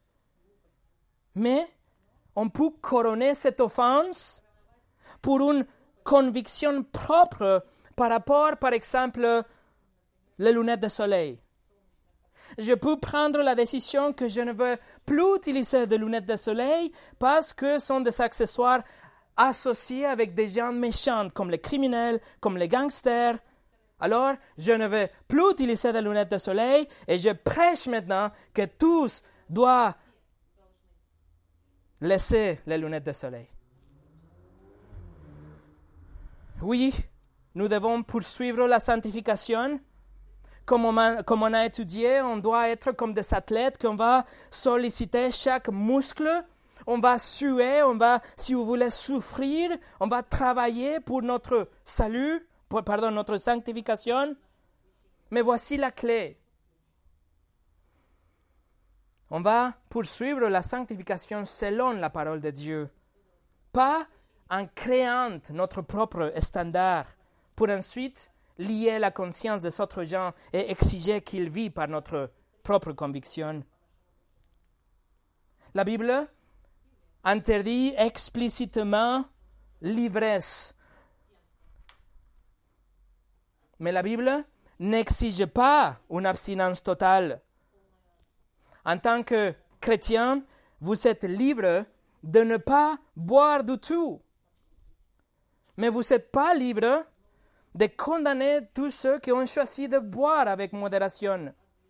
Mais on peut couronner cette offense pour une conviction propre par rapport, par exemple, les lunettes de soleil. Je peux prendre la décision que je ne veux plus utiliser de lunettes de soleil parce que ce sont des accessoires associés avec des gens méchants, comme les criminels, comme les gangsters. Alors, je ne veux plus utiliser de lunettes de soleil et je prêche maintenant que tous doivent laisser les lunettes de soleil. Oui, nous devons poursuivre la sanctification. Comme on, a, comme on a étudié, on doit être comme des athlètes, qu'on va solliciter chaque muscle, on va suer, on va, si vous voulez, souffrir, on va travailler pour notre salut, pour, pardon, notre sanctification. Mais voici la clé. On va poursuivre la sanctification selon la parole de Dieu, pas en créant notre propre standard, pour ensuite lier la conscience des autres gens et exiger qu'ils vivent par notre propre conviction. La Bible interdit explicitement l'ivresse. Mais la Bible n'exige pas une abstinence totale. En tant que chrétien, vous êtes libre de ne pas boire du tout. Mais vous n'êtes pas libre de condamner tous ceux qui ont choisi de boire avec modération.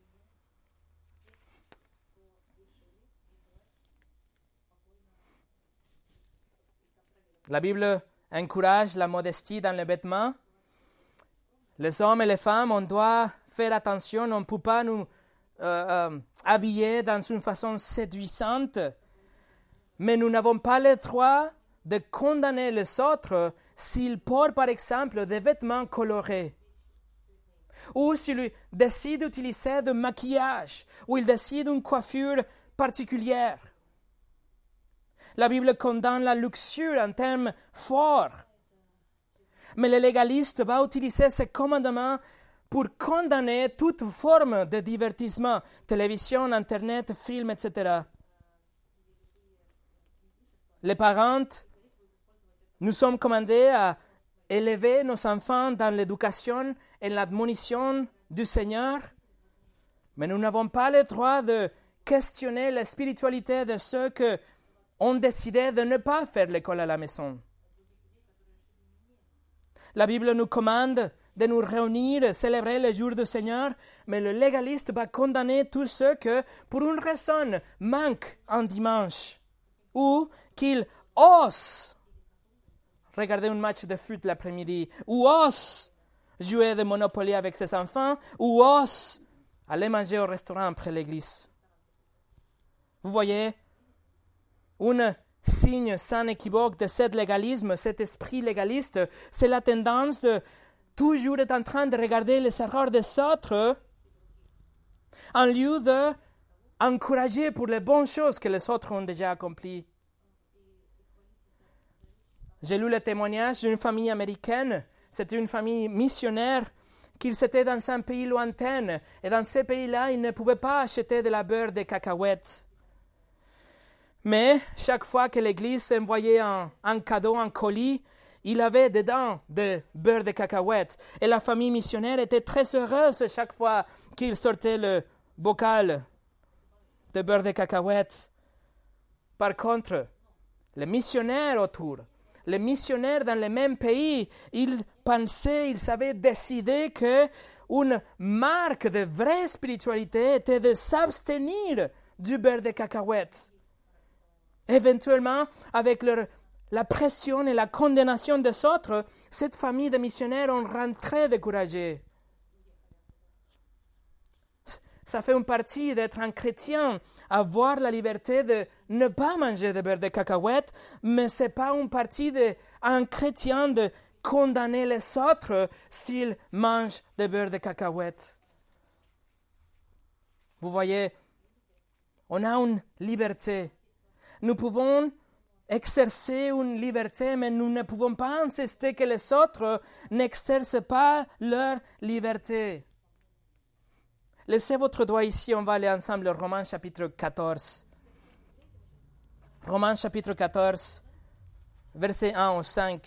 La Bible encourage la modestie dans les vêtements. Les hommes et les femmes, on doit faire attention, on ne peut pas nous euh, euh, habiller dans une façon séduisante, mais nous n'avons pas le droit de condamner les autres s'ils portent par exemple des vêtements colorés, ou s'ils décident d'utiliser du maquillage, ou ils décident d'une coiffure particulière. La Bible condamne la luxure en termes forts. Mais le légaliste va utiliser ce commandement pour condamner toute forme de divertissement, télévision, Internet, films, et cetera. Les parents, nous sommes commandés à élever nos enfants dans l'éducation et l'admonition du Seigneur, mais nous n'avons pas le droit de questionner la spiritualité de ceux qui ont décidé de ne pas faire l'école à la maison. La Bible nous commande de nous réunir, célébrer le jour du Seigneur, mais le légaliste va condamner tous ceux qui, pour une raison, manquent un dimanche, ou qu'ils osent regarder un match de foot l'après-midi, ou osent jouer de Monopoly avec ses enfants, ou osent aller manger au restaurant après l'église. Vous voyez, un signe sans équivoque de ce légalisme, cet esprit légaliste, c'est la tendance de toujours être en train de regarder les erreurs des autres en lieu d'encourager pour les bonnes choses que les autres ont déjà accomplies. J'ai lu le témoignage d'une famille américaine. C'était une famille missionnaire qu'ils étaient dans un pays lointain. Et dans ce pays-là, ils ne pouvaient pas acheter de la beurre de cacahuètes. Mais chaque fois que l'Église envoyait un, un cadeau, un colis, il avait dedans de beurre de cacahuètes. Et la famille missionnaire était très heureuse chaque fois qu'il sortait le bocal de beurre de cacahuètes. Par contre, les missionnaires autour, les missionnaires dans le même pays, ils pensaient, ils avaient décidé qu'une marque de vraie spiritualité était de s'abstenir du beurre de cacahuètes. Éventuellement, avec leur, la pression et la condamnation des autres, cette famille de missionnaires ont rentré découragée. Ça fait une partie d'être un chrétien, avoir la liberté de ne pas manger de beurre de cacahuètes, mais ce n'est pas une partie d'un chrétien de condamner les autres s'ils mangent de beurre de cacahuètes. Vous voyez, on a une liberté. Nous pouvons exercer une liberté, mais nous ne pouvons pas insister que les autres n'exercent pas leur liberté. Laissez votre doigt ici, on va aller ensemble au Romains chapitre quatorze. Romains chapitre quatorze, versets un au cinq.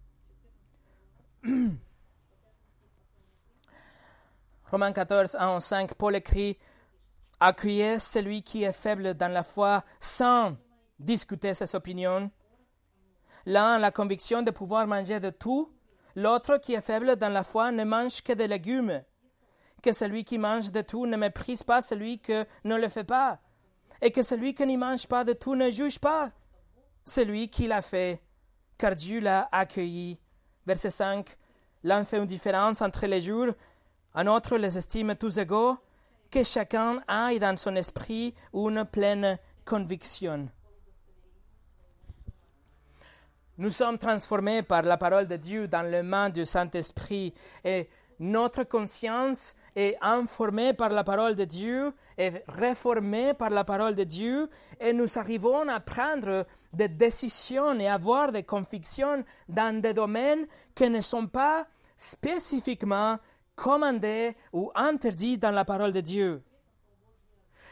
Romains quatorze, un au cinq, Paul écrit « Accueillez celui qui est faible dans la foi sans discuter ses opinions. L'un a la conviction de pouvoir manger de tout, l'autre qui est faible dans la foi ne mange que des légumes. Que celui qui mange de tout ne méprise pas celui qui ne le fait pas, et que celui qui n'y mange pas de tout ne juge pas celui qui l'a fait, car Dieu l'a accueilli. » Verset cinq. L'un fait une différence entre les jours, un autre les estime tous égaux, que chacun ait dans son esprit une pleine conviction. Nous sommes transformés par la parole de Dieu dans les mains du Saint-Esprit et notre conscience est informée par la parole de Dieu et réformée par la parole de Dieu et nous arrivons à prendre des décisions et avoir des convictions dans des domaines qui ne sont pas spécifiquement commandés ou interdits dans la parole de Dieu.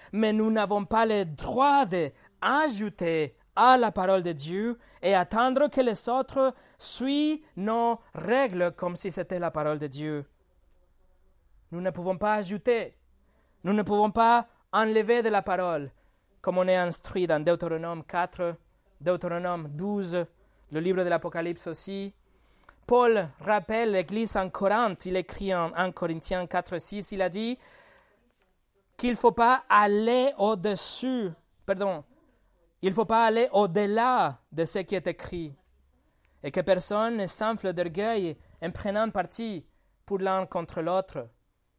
Mais nous n'avons pas le droit d'ajouter à la parole de Dieu et attendre que les autres suivent nos règles comme si c'était la parole de Dieu. Nous ne pouvons pas ajouter. Nous ne pouvons pas enlever de la parole, comme on est instruit dans Deutéronome quatre, Deutéronome douze, le livre de l'Apocalypse aussi. Paul rappelle l'Église en Corinthe, il écrit en un Corinthiens quatre, six, il a dit qu'il ne faut pas aller au-dessus, pardon, il ne faut pas aller au-delà de ce qui est écrit, et que personne ne s'enfle d'orgueil en prenant parti pour l'un contre l'autre.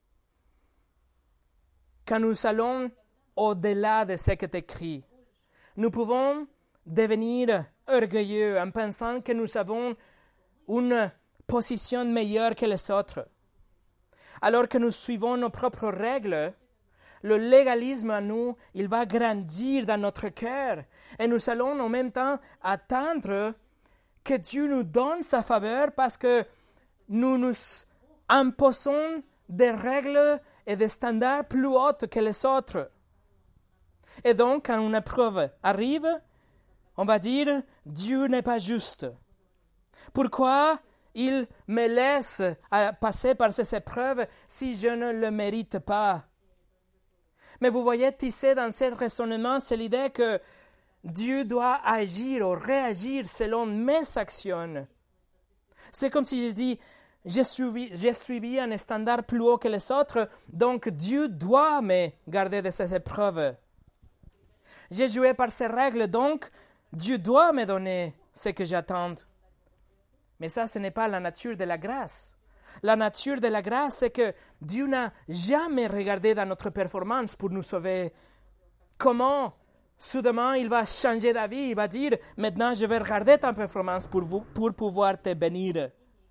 Quand nous allons au-delà de ce qui est écrit, nous pouvons devenir orgueilleux en pensant que nous avons une position meilleure que les autres. Alors que nous suivons nos propres règles, le légalisme en nous, il va grandir dans notre cœur et nous allons en même temps attendre que Dieu nous donne sa faveur parce que nous nous imposons des règles et des standards plus hauts que les autres. Et donc, quand une épreuve arrive, on va dire « Dieu n'est pas juste ». Pourquoi il me laisse passer par ces épreuves si je ne le mérite pas? Mais vous voyez, tissé dans ce raisonnement, c'est l'idée que Dieu doit agir ou réagir selon mes actions. C'est comme si je dis, j'ai suivi, j'ai suivi un standard plus haut que les autres, donc Dieu doit me garder de ces épreuves. J'ai joué par ces règles, donc Dieu doit me donner ce que j'attends. Mais ça, ce n'est pas la nature de la grâce. La nature de la grâce, c'est que Dieu n'a jamais regardé dans notre performance pour nous sauver. Comment, soudainement, il va changer d'avis, il va dire, maintenant, je vais regarder ta performance pour, vous, pour pouvoir te bénir.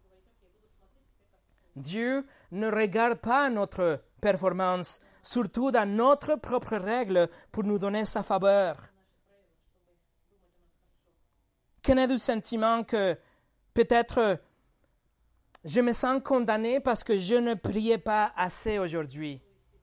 Dieu ne regarde pas notre performance, surtout dans notre propre règle, pour nous donner sa faveur. Qu'en est du sentiment que peut-être je me sens condamné parce que je ne priais pas assez aujourd'hui.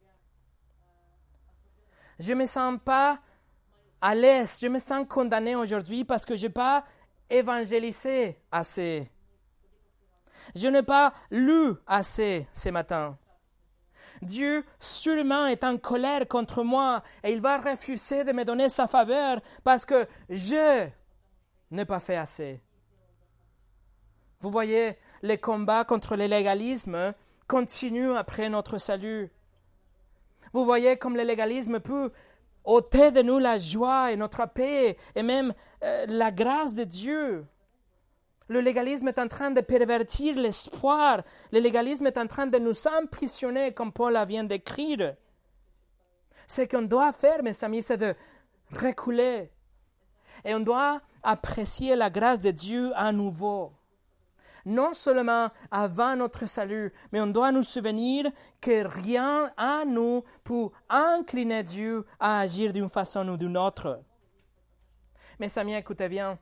Je ne me sens pas à l'aise, je me sens condamné aujourd'hui parce que je n'ai pas évangélisé assez. Je n'ai pas lu assez ce matin. Dieu sûrement est en colère contre moi et il va refuser de me donner sa faveur parce que je n'ai pas fait assez. Vous voyez, le combat contre le légalisme continue après notre salut. Vous voyez comme le légalisme peut ôter de nous la joie et notre paix et même euh, la grâce de Dieu. Le légalisme est en train de pervertir l'espoir. Le légalisme est en train de nous emprisonner, comme Paul vient d'écrire. Ce qu'on doit faire, mes amis, c'est de reculer. Et on doit apprécier la grâce de Dieu à nouveau. Non seulement avant notre salut, mais on doit nous souvenir que rien à nous peut incliner Dieu à agir d'une façon ou d'une autre. Mes amis, écoutez bien.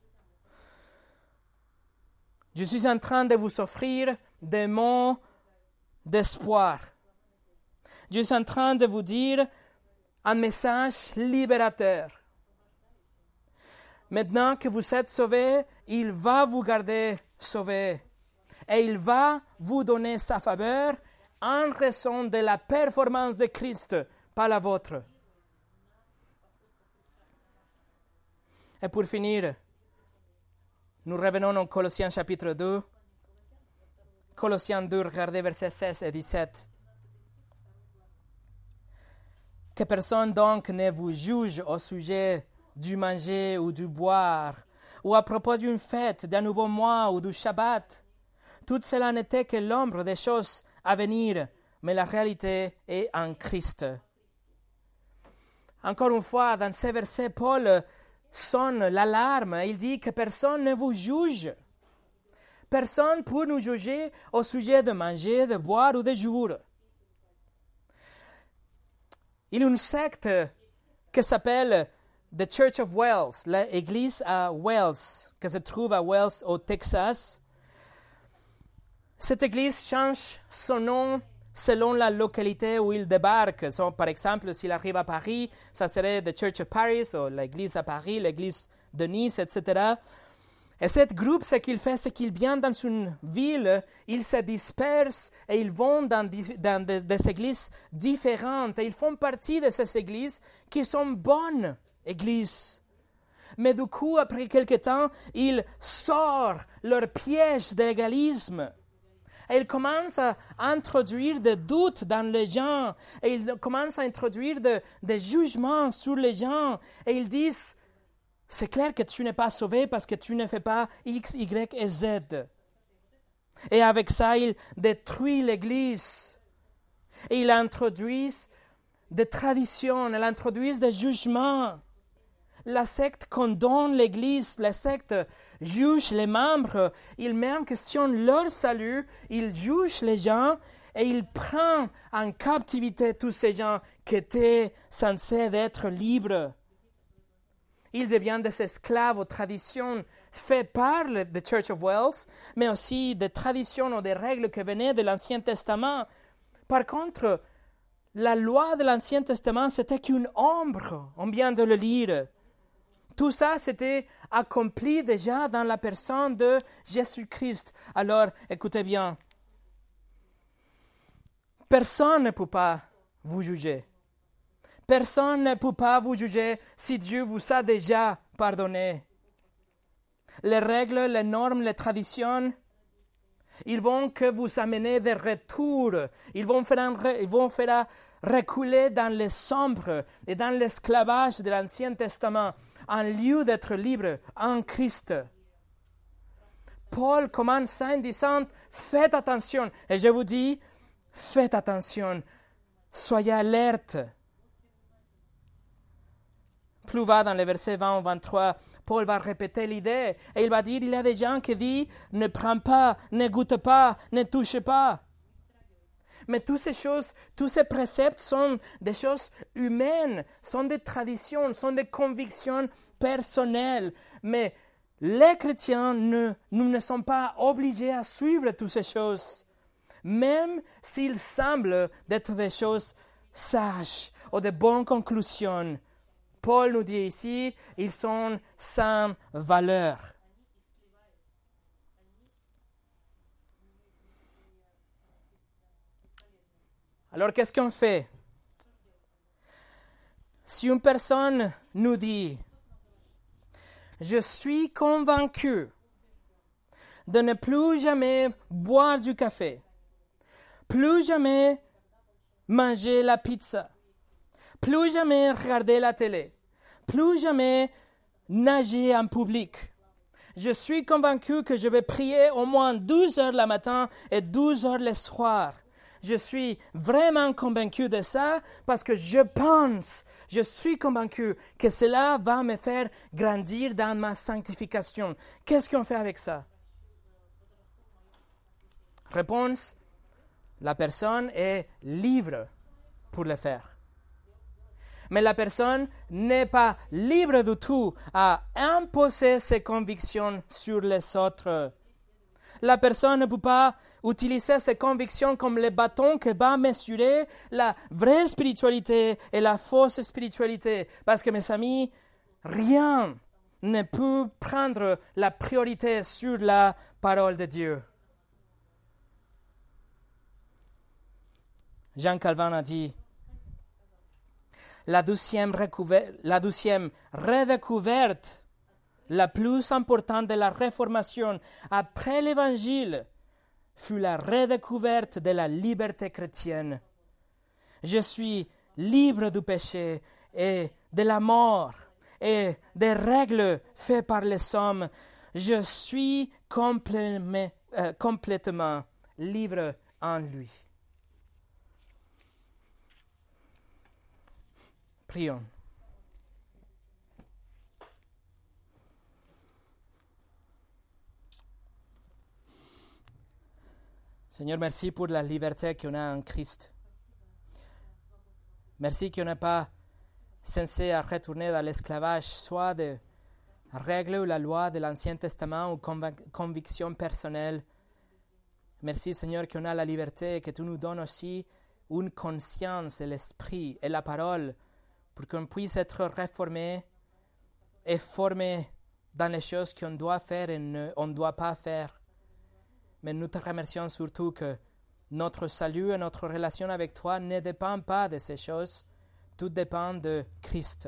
Je suis en train de vous offrir des mots d'espoir. Je suis en train de vous dire un message libérateur. Maintenant que vous êtes sauvés, il va vous garder sauvés. Et il va vous donner sa faveur en raison de la performance de Christ, pas la vôtre. Et pour finir, nous revenons en Colossiens chapitre deux. Colossiens deux, regardez versets seize et dix-sept. Que personne donc ne vous juge au sujet du manger ou du boire, ou à propos d'une fête, d'un nouveau mois ou du Shabbat. Tout cela n'était que l'ombre des choses à venir, mais la réalité est en Christ. Encore une fois, dans ces versets, Paul sonne l'alarme. Il dit que personne ne vous juge. Personne pour nous juger au sujet de manger, de boire ou de jour. Il y a une secte qui s'appelle The Church of Wales, l'église à Wales, qui se trouve à Wales au Texas. Cette église change son nom selon la localité où il débarque. So, par exemple, s'il arrive à Paris, ça serait The Church of Paris, ou l'église à Paris, l'église de Nice, et cetera. Et ce groupe, ce qu'il fait, c'est qu'il vient dans une ville, ils se dispersent et ils vont dans, dans des, des églises différentes. Et ils font partie de ces églises qui sont bonnes églises. Mais du coup, après quelque temps, ils sortent leur piège de l'égalisme. Et ils commencent à introduire des doutes dans les gens. Et ils commencent à introduire de, des jugements sur les gens. Et ils disent, c'est clair que tu n'es pas sauvé parce que tu ne fais pas X, Y et Z. Et avec ça, ils détruisent l'Église. Et ils introduisent des traditions, ils introduisent des jugements. La secte condamne l'Église, la secte juge les membres, ils même questionnent leur salut, ils jugent les gens et ils prennent en captivité tous ces gens qui étaient censés être libres. Ils deviennent des esclaves aux traditions faites par le the Church of Wales, mais aussi des traditions ou des règles qui venaient de l'Ancien Testament. Par contre, la loi de l'Ancien Testament, c'était qu'une ombre, on vient de le lire. Tout ça, c'était accompli déjà dans la personne de Jésus-Christ. Alors, écoutez bien. Personne ne peut pas vous juger. Personne ne peut pas vous juger si Dieu vous a déjà pardonné. Les règles, les normes, les traditions, ils vont que vous amener des retours. Ils vont faire, ils vont faire reculer dans les sombres et dans l'esclavage de l'Ancien Testament, en lieu d'être libre en Christ. Paul commence ça en disant, faites attention. Et je vous dis, faites attention. Soyez alerte. Plus bas dans les versets vingt au vingt-trois, Paul va répéter l'idée et il va dire, il y a des gens qui disent, ne prends pas, ne goûte pas, ne touche pas. Mais toutes ces choses, tous ces préceptes sont des choses humaines, sont des traditions, sont des convictions personnelles. Mais les chrétiens, ne, nous ne sommes pas obligés à suivre toutes ces choses, même s'il semble d'être des choses sages ou de bonnes conclusions. Paul nous dit ici, ils sont sans valeur. Alors, qu'est-ce qu'on fait? Si une personne nous dit, je suis convaincu de ne plus jamais boire du café, plus jamais manger la pizza, plus jamais regarder la télé, plus jamais nager en public. Je suis convaincu que je vais prier au moins douze heures le matin et douze heures le soir. Je suis vraiment convaincu de ça parce que je pense, je suis convaincu que cela va me faire grandir dans ma sanctification. Qu'est-ce qu'on fait avec ça? Réponse, la personne est libre pour le faire. Mais la personne n'est pas libre du tout à imposer ses convictions sur les autres. La personne ne peut pas utiliser ses convictions comme le bâton qui va mesurer la vraie spiritualité et la fausse spiritualité. Parce que, mes amis, rien ne peut prendre la priorité sur la parole de Dieu. Jean Calvin a dit, la douzième, recouver- la douzième redécouverte la plus importante de la Réformation après l'Évangile fut la redécouverte de la liberté chrétienne. Je suis libre du péché et de la mort et des règles faites par les hommes. Je suis complètement, euh, complètement libre en lui. Prions. Seigneur, merci pour la liberté qu'on a en Christ. Merci qu'on n'est pas censé à retourner dans l'esclavage, soit de règles ou la loi de l'Ancien Testament ou convic- convictions personnelles, Merci Seigneur qu'on a la liberté et que tu nous donnes aussi une conscience et l'esprit et la parole pour qu'on puisse être réformé et formé dans les choses qu'on doit faire et ne, on ne doit pas faire. Mais nous te remercions surtout que notre salut et notre relation avec toi ne dépendent pas de ces choses. Tout dépend de Christ.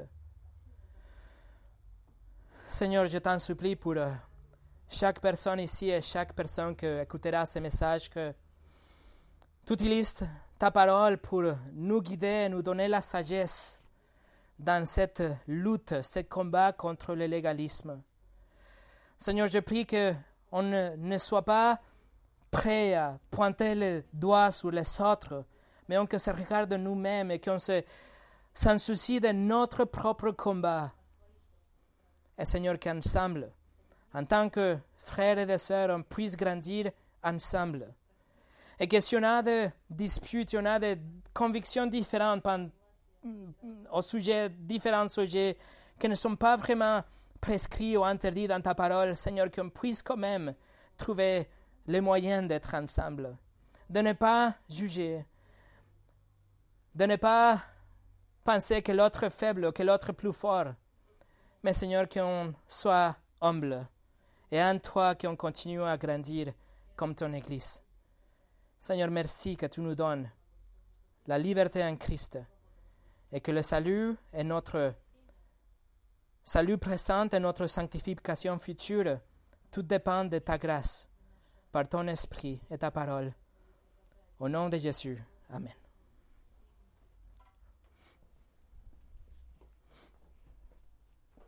Seigneur, je t'en supplie pour euh, chaque personne ici et chaque personne qui écoutera ce message, que tu utilises ta parole pour nous guider et nous donner la sagesse dans cette lutte, ce combat contre le légalisme. Seigneur, je prie qu'on ne, ne soit pas prêt à pointer le doigt sur les autres, mais on que se regarde nous-mêmes et qu'on se, s'en soucie de notre propre combat. Et Seigneur, qu'ensemble, en tant que frères et sœurs, on puisse grandir ensemble. Et que si on a des disputes, si on a des convictions différentes au sujet, différents sujets qui ne sont pas vraiment prescrits ou interdits dans ta parole, Seigneur, qu'on puisse quand même trouver les moyens d'être ensemble, de ne pas juger, de ne pas penser que l'autre est faible ou que l'autre est plus fort, mais Seigneur, qu'on soit humble et en toi qu'on continue à grandir comme ton Église. Seigneur, merci que tu nous donnes la liberté en Christ et que le salut est notre salut présent et notre sanctification future. Tout dépend de ta grâce, par ton esprit et ta parole. Au nom de Jésus. Amen.